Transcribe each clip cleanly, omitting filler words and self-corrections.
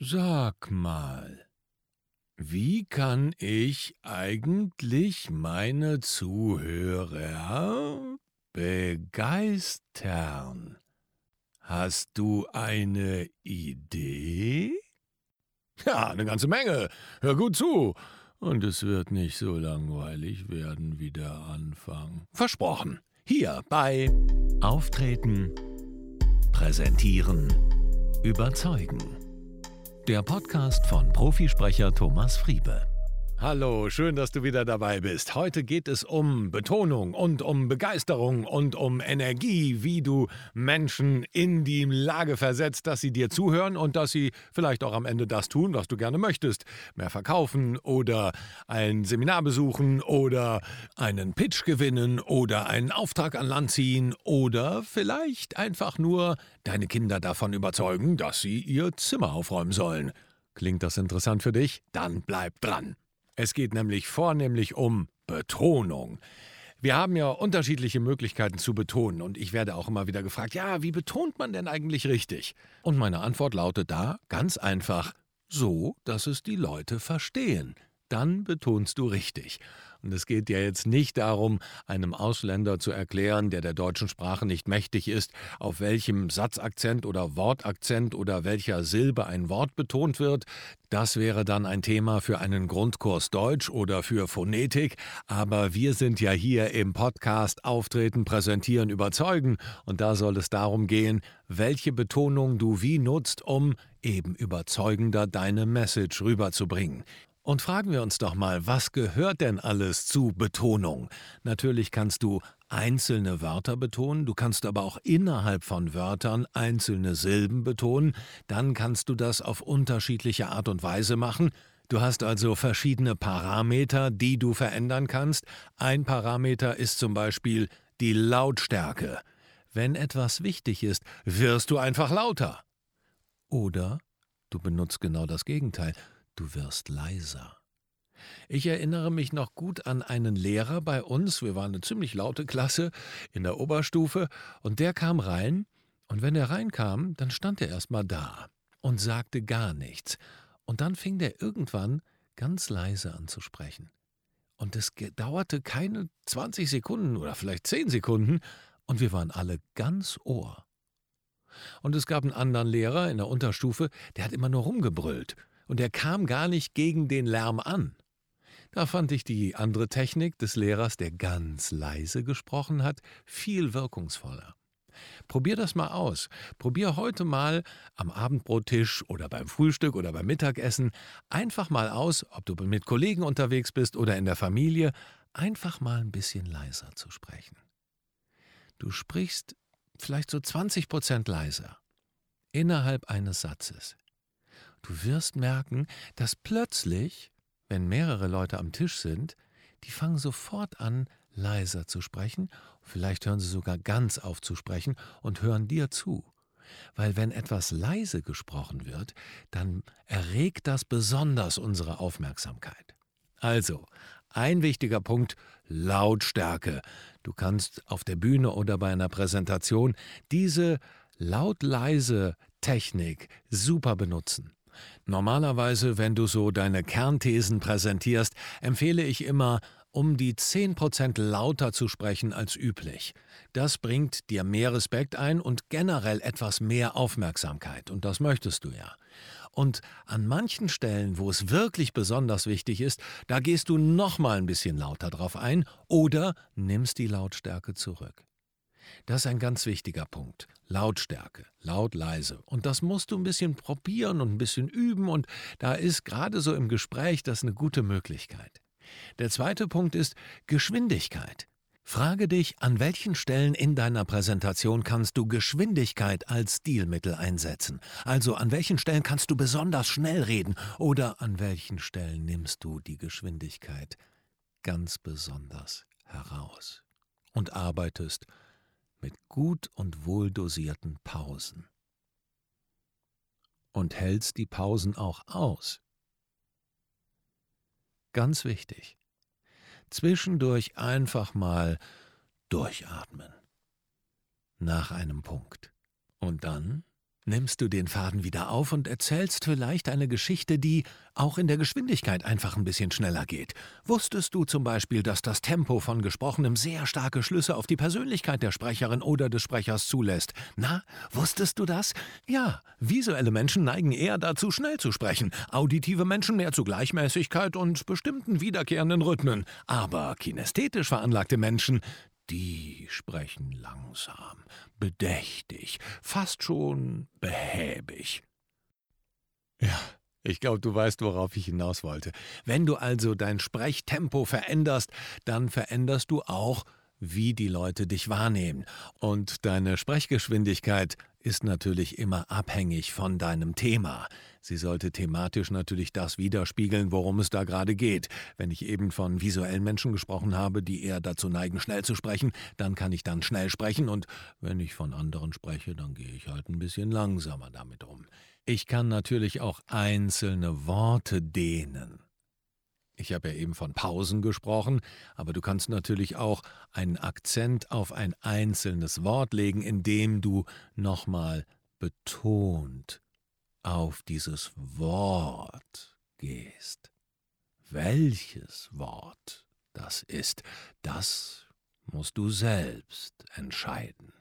Sag mal, wie kann ich eigentlich meine Zuhörer begeistern? Hast du eine Idee? Ja, eine ganze Menge. Hör gut zu. Und es wird nicht so langweilig werden wie der Anfang. Versprochen. Hier bei Auftreten, Präsentieren, Überzeugen. Der Podcast von Profisprecher Thomas Friebe. Hallo, schön, dass du wieder dabei bist. Heute geht es um Betonung und um Begeisterung und um Energie, wie du Menschen in die Lage versetzt, dass sie dir zuhören und dass sie vielleicht auch am Ende das tun, was du gerne möchtest. Mehr verkaufen oder ein Seminar besuchen oder einen Pitch gewinnen oder einen Auftrag an Land ziehen oder vielleicht einfach nur deine Kinder davon überzeugen, dass sie ihr Zimmer aufräumen sollen. Klingt das interessant für dich? Dann bleib dran. Es geht nämlich vornehmlich um Betonung. Wir haben ja unterschiedliche Möglichkeiten zu betonen und ich werde auch immer wieder gefragt, ja, wie betont man denn eigentlich richtig? Und meine Antwort lautet da ganz einfach, so, dass es die Leute verstehen. Dann betonst du richtig. Und es geht ja jetzt nicht darum, einem Ausländer zu erklären, der deutschen Sprache nicht mächtig ist, auf welchem Satzakzent oder Wortakzent oder welcher Silbe ein Wort betont wird. Das wäre dann ein Thema für einen Grundkurs Deutsch oder für Phonetik. Aber wir sind ja hier im Podcast Auftreten, Präsentieren, Überzeugen. Und da soll es darum gehen, welche Betonung du wie nutzt, um eben überzeugender deine Message rüberzubringen. Und fragen wir uns doch mal, was gehört denn alles zu Betonung? Natürlich kannst du einzelne Wörter betonen, du kannst aber auch innerhalb von Wörtern einzelne Silben betonen, dann kannst du das auf unterschiedliche Art und Weise machen. Du hast also verschiedene Parameter, die du verändern kannst. Ein Parameter ist zum Beispiel die Lautstärke. Wenn etwas wichtig ist, wirst du einfach lauter. Oder du benutzt genau das Gegenteil. Du wirst leiser. Ich erinnere mich noch gut an einen Lehrer bei uns, wir waren eine ziemlich laute Klasse in der Oberstufe, und der kam rein, und wenn er reinkam, dann stand er erst mal da und sagte gar nichts. Und dann fing der irgendwann ganz leise an zu sprechen. Und es dauerte keine 20 Sekunden oder vielleicht 10 Sekunden, und wir waren alle ganz Ohr. Und es gab einen anderen Lehrer in der Unterstufe, der hat immer nur rumgebrüllt. Und er kam gar nicht gegen den Lärm an. Da fand ich die andere Technik des Lehrers, der ganz leise gesprochen hat, viel wirkungsvoller. Probier das mal aus. Probier heute mal am Abendbrottisch oder beim Frühstück oder beim Mittagessen einfach mal aus, ob du mit Kollegen unterwegs bist oder in der Familie, einfach mal ein bisschen leiser zu sprechen. Du sprichst vielleicht so 20% leiser, innerhalb eines Satzes. Du wirst merken, dass plötzlich, wenn mehrere Leute am Tisch sind, die fangen sofort an, leiser zu sprechen. Vielleicht hören sie sogar ganz auf zu sprechen und hören dir zu. Weil wenn etwas leise gesprochen wird, dann erregt das besonders unsere Aufmerksamkeit. Also, ein wichtiger Punkt, Lautstärke. Du kannst auf der Bühne oder bei einer Präsentation diese laut-leise Technik super benutzen. Normalerweise, wenn du so deine Kernthesen präsentierst, empfehle ich immer, um die 10% lauter zu sprechen als üblich. Das bringt dir mehr Respekt ein und generell etwas mehr Aufmerksamkeit. Und das möchtest du ja. Und an manchen Stellen, wo es wirklich besonders wichtig ist, da gehst du noch mal ein bisschen lauter drauf ein oder nimmst die Lautstärke zurück. Das ist ein ganz wichtiger Punkt. Lautstärke, laut, leise. Und das musst du ein bisschen probieren und ein bisschen üben. Und da ist gerade so im Gespräch das eine gute Möglichkeit. Der zweite Punkt ist Geschwindigkeit. Frage dich, an welchen Stellen in deiner Präsentation kannst du Geschwindigkeit als Stilmittel einsetzen? Also an welchen Stellen kannst du besonders schnell reden? Oder an welchen Stellen nimmst du die Geschwindigkeit ganz besonders heraus und arbeitest mit gut und wohldosierten Pausen. Und hältst die Pausen auch aus. Ganz wichtig. Zwischendurch einfach mal durchatmen. Nach einem Punkt. Und dann nimmst du den Faden wieder auf und erzählst vielleicht eine Geschichte, die auch in der Geschwindigkeit einfach ein bisschen schneller geht. Wusstest du zum Beispiel, dass das Tempo von Gesprochenem sehr starke Schlüsse auf die Persönlichkeit der Sprecherin oder des Sprechers zulässt? Na, wusstest du das? Ja, visuelle Menschen neigen eher dazu, schnell zu sprechen, auditive Menschen mehr zu Gleichmäßigkeit und bestimmten wiederkehrenden Rhythmen. Aber kinästhetisch veranlagte Menschen, die sprechen langsam, bedächtig, fast schon behäbig. Ja, ich glaube, du weißt, worauf ich hinaus wollte. Wenn du also dein Sprechtempo veränderst, dann veränderst du auch, wie die Leute dich wahrnehmen. Und deine Sprechgeschwindigkeit ist natürlich immer abhängig von deinem Thema. Sie sollte thematisch natürlich das widerspiegeln, worum es da gerade geht. Wenn ich eben von visuellen Menschen gesprochen habe, die eher dazu neigen, schnell zu sprechen, dann kann ich dann schnell sprechen. Und wenn ich von anderen spreche, dann gehe ich halt ein bisschen langsamer damit um. Ich kann natürlich auch einzelne Worte dehnen. Ich habe ja eben von Pausen gesprochen, aber du kannst natürlich auch einen Akzent auf ein einzelnes Wort legen, indem du nochmal betont auf dieses Wort gehst. Welches Wort das ist, das musst du selbst entscheiden.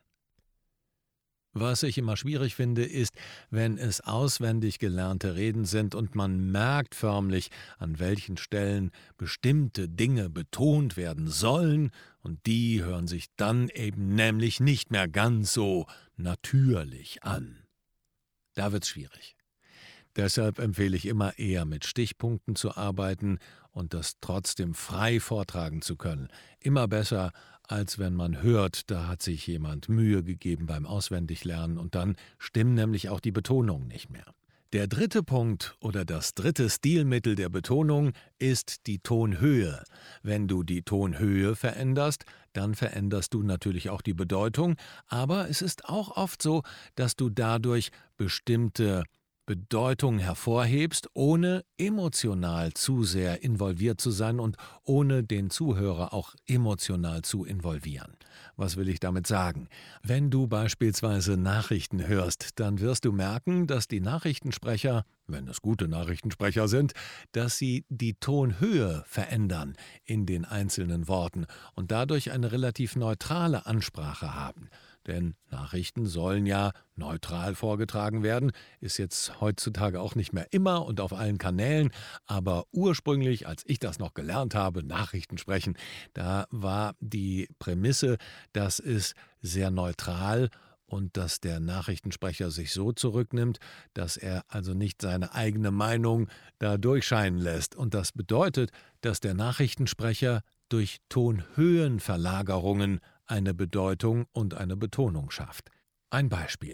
Was ich immer schwierig finde, ist, wenn es auswendig gelernte Reden sind und man merkt förmlich, an welchen Stellen bestimmte Dinge betont werden sollen, und die hören sich dann eben nämlich nicht mehr ganz so natürlich an. Da wird's schwierig. Deshalb empfehle ich immer eher mit Stichpunkten zu arbeiten und das trotzdem frei vortragen zu können. Immer besser, als wenn man hört, da hat sich jemand Mühe gegeben beim Auswendiglernen und dann stimmen nämlich auch die Betonungen nicht mehr. Der dritte Punkt oder das dritte Stilmittel der Betonung ist die Tonhöhe. Wenn du die Tonhöhe veränderst, dann veränderst du natürlich auch die Bedeutung, aber es ist auch oft so, dass du dadurch bestimmte Bedeutung hervorhebst, ohne emotional zu sehr involviert zu sein und ohne den Zuhörer auch emotional zu involvieren. Was will ich damit sagen? Wenn du beispielsweise Nachrichten hörst, dann wirst du merken, dass die Nachrichtensprecher, wenn es gute Nachrichtensprecher sind, dass sie die Tonhöhe verändern in den einzelnen Worten und dadurch eine relativ neutrale Ansprache haben. Denn Nachrichten sollen ja neutral vorgetragen werden, ist jetzt heutzutage auch nicht mehr immer und auf allen Kanälen, aber ursprünglich, als ich das noch gelernt habe, Nachrichten sprechen, da war die Prämisse, dass es sehr neutral und dass der Nachrichtensprecher sich so zurücknimmt, dass er also nicht seine eigene Meinung da durchscheinen lässt. Und das bedeutet, dass der Nachrichtensprecher durch Tonhöhenverlagerungen eine Bedeutung und eine Betonung schafft. Ein Beispiel.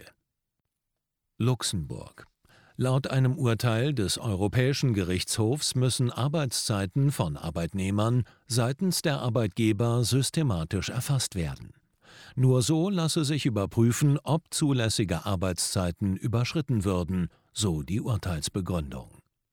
Luxemburg. Laut einem Urteil des Europäischen Gerichtshofs müssen Arbeitszeiten von Arbeitnehmern seitens der Arbeitgeber systematisch erfasst werden. Nur so lasse sich überprüfen, ob zulässige Arbeitszeiten überschritten würden, so die Urteilsbegründung.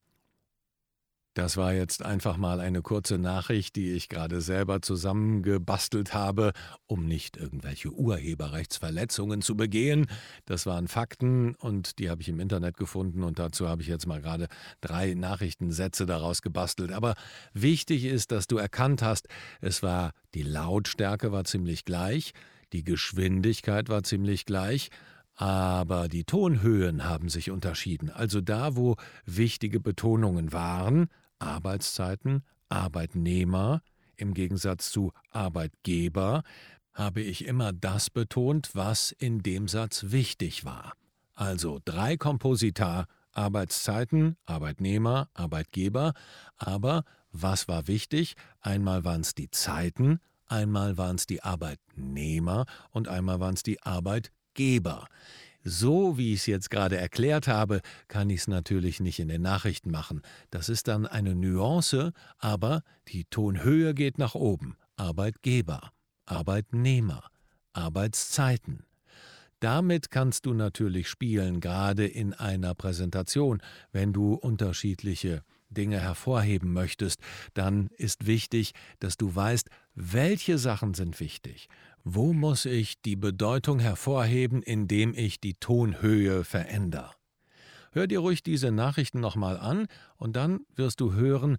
Das war jetzt einfach mal eine kurze Nachricht, die ich gerade selber zusammengebastelt habe, um nicht irgendwelche Urheberrechtsverletzungen zu begehen. Das waren Fakten und die habe ich im Internet gefunden und dazu habe ich jetzt mal gerade 3 Nachrichtensätze daraus gebastelt. Aber wichtig ist, dass du erkannt hast, die Lautstärke war ziemlich gleich, die Geschwindigkeit war ziemlich gleich, aber die Tonhöhen haben sich unterschieden. Also da, wo wichtige Betonungen waren, Arbeitszeiten, Arbeitnehmer, im Gegensatz zu Arbeitgeber, habe ich immer das betont, was in dem Satz wichtig war. Also 3 Komposita, Arbeitszeiten, Arbeitnehmer, Arbeitgeber, aber was war wichtig? Einmal waren es die Zeiten, einmal waren es die Arbeitnehmer und einmal waren es die Arbeitgeber. So wie ich es jetzt gerade erklärt habe, kann ich es natürlich nicht in den Nachrichten machen. Das ist dann eine Nuance, aber die Tonhöhe geht nach oben. Arbeitgeber, Arbeitnehmer, Arbeitszeiten. Damit kannst du natürlich spielen, gerade in einer Präsentation. Wenn du unterschiedliche Dinge hervorheben möchtest, dann ist wichtig, dass du weißt, welche Sachen sind wichtig? Wo muss ich die Bedeutung hervorheben, indem ich die Tonhöhe verändere? Hör dir ruhig diese Nachrichten nochmal an und dann wirst du hören,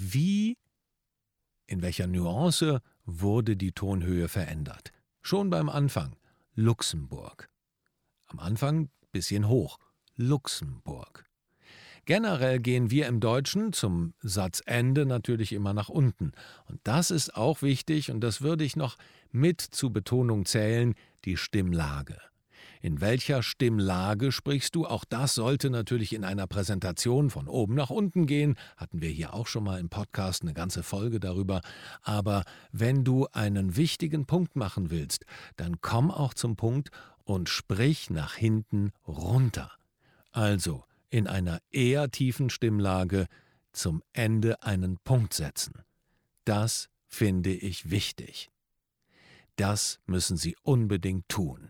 in welcher Nuance wurde die Tonhöhe verändert. Schon beim Anfang Luxemburg. Am Anfang bisschen hoch, Luxemburg. Generell gehen wir im Deutschen zum Satzende natürlich immer nach unten. Und das ist auch wichtig und das würde ich noch mit zur Betonung zählen, die Stimmlage. In welcher Stimmlage sprichst du? Auch das sollte natürlich in einer Präsentation von oben nach unten gehen. Hatten wir hier auch schon mal im Podcast eine ganze Folge darüber. Aber wenn du einen wichtigen Punkt machen willst, dann komm auch zum Punkt und sprich nach hinten runter. Also in einer eher tiefen Stimmlage zum Ende einen Punkt setzen. Das finde ich wichtig. Das müssen Sie unbedingt tun.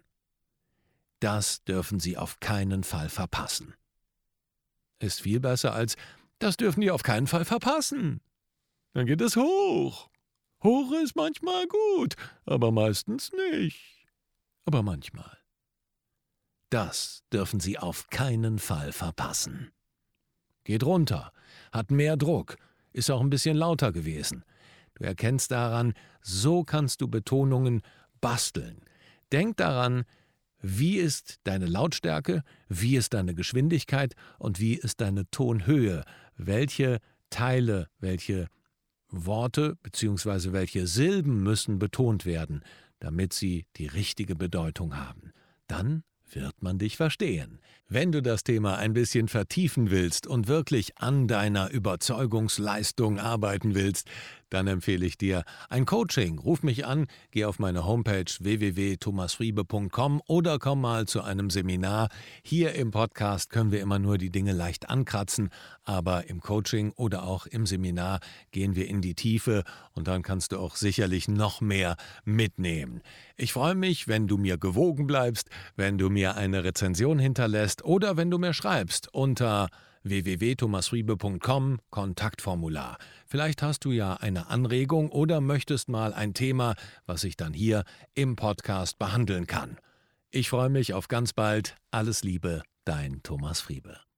Das dürfen Sie auf keinen Fall verpassen. Ist viel besser als, das dürfen die auf keinen Fall verpassen. Dann geht es hoch. Hoch ist manchmal gut, aber meistens nicht. Aber manchmal. Das dürfen Sie auf keinen Fall verpassen. Geht runter, hat mehr Druck, ist auch ein bisschen lauter gewesen. Du erkennst daran, so kannst du Betonungen basteln. Denk daran, wie ist deine Lautstärke, wie ist deine Geschwindigkeit und wie ist deine Tonhöhe? Welche Teile, welche Worte bzw. welche Silben müssen betont werden, damit sie die richtige Bedeutung haben? Dann wird man dich verstehen. Wenn du das Thema ein bisschen vertiefen willst und wirklich an deiner Überzeugungsleistung arbeiten willst, dann empfehle ich dir ein Coaching. Ruf mich an, geh auf meine Homepage www.thomasfriebe.com oder komm mal zu einem Seminar. Hier im Podcast können wir immer nur die Dinge leicht ankratzen, aber im Coaching oder auch im Seminar gehen wir in die Tiefe und dann kannst du auch sicherlich noch mehr mitnehmen. Ich freue mich, wenn du mir gewogen bleibst, wenn du mir eine Rezension hinterlässt oder wenn du mir schreibst unter www.thomasfriebe.com Kontaktformular. Vielleicht hast du ja eine Anregung oder möchtest mal ein Thema, was ich dann hier im Podcast behandeln kann. Ich freue mich auf ganz bald. Alles Liebe, dein Thomas Friebe.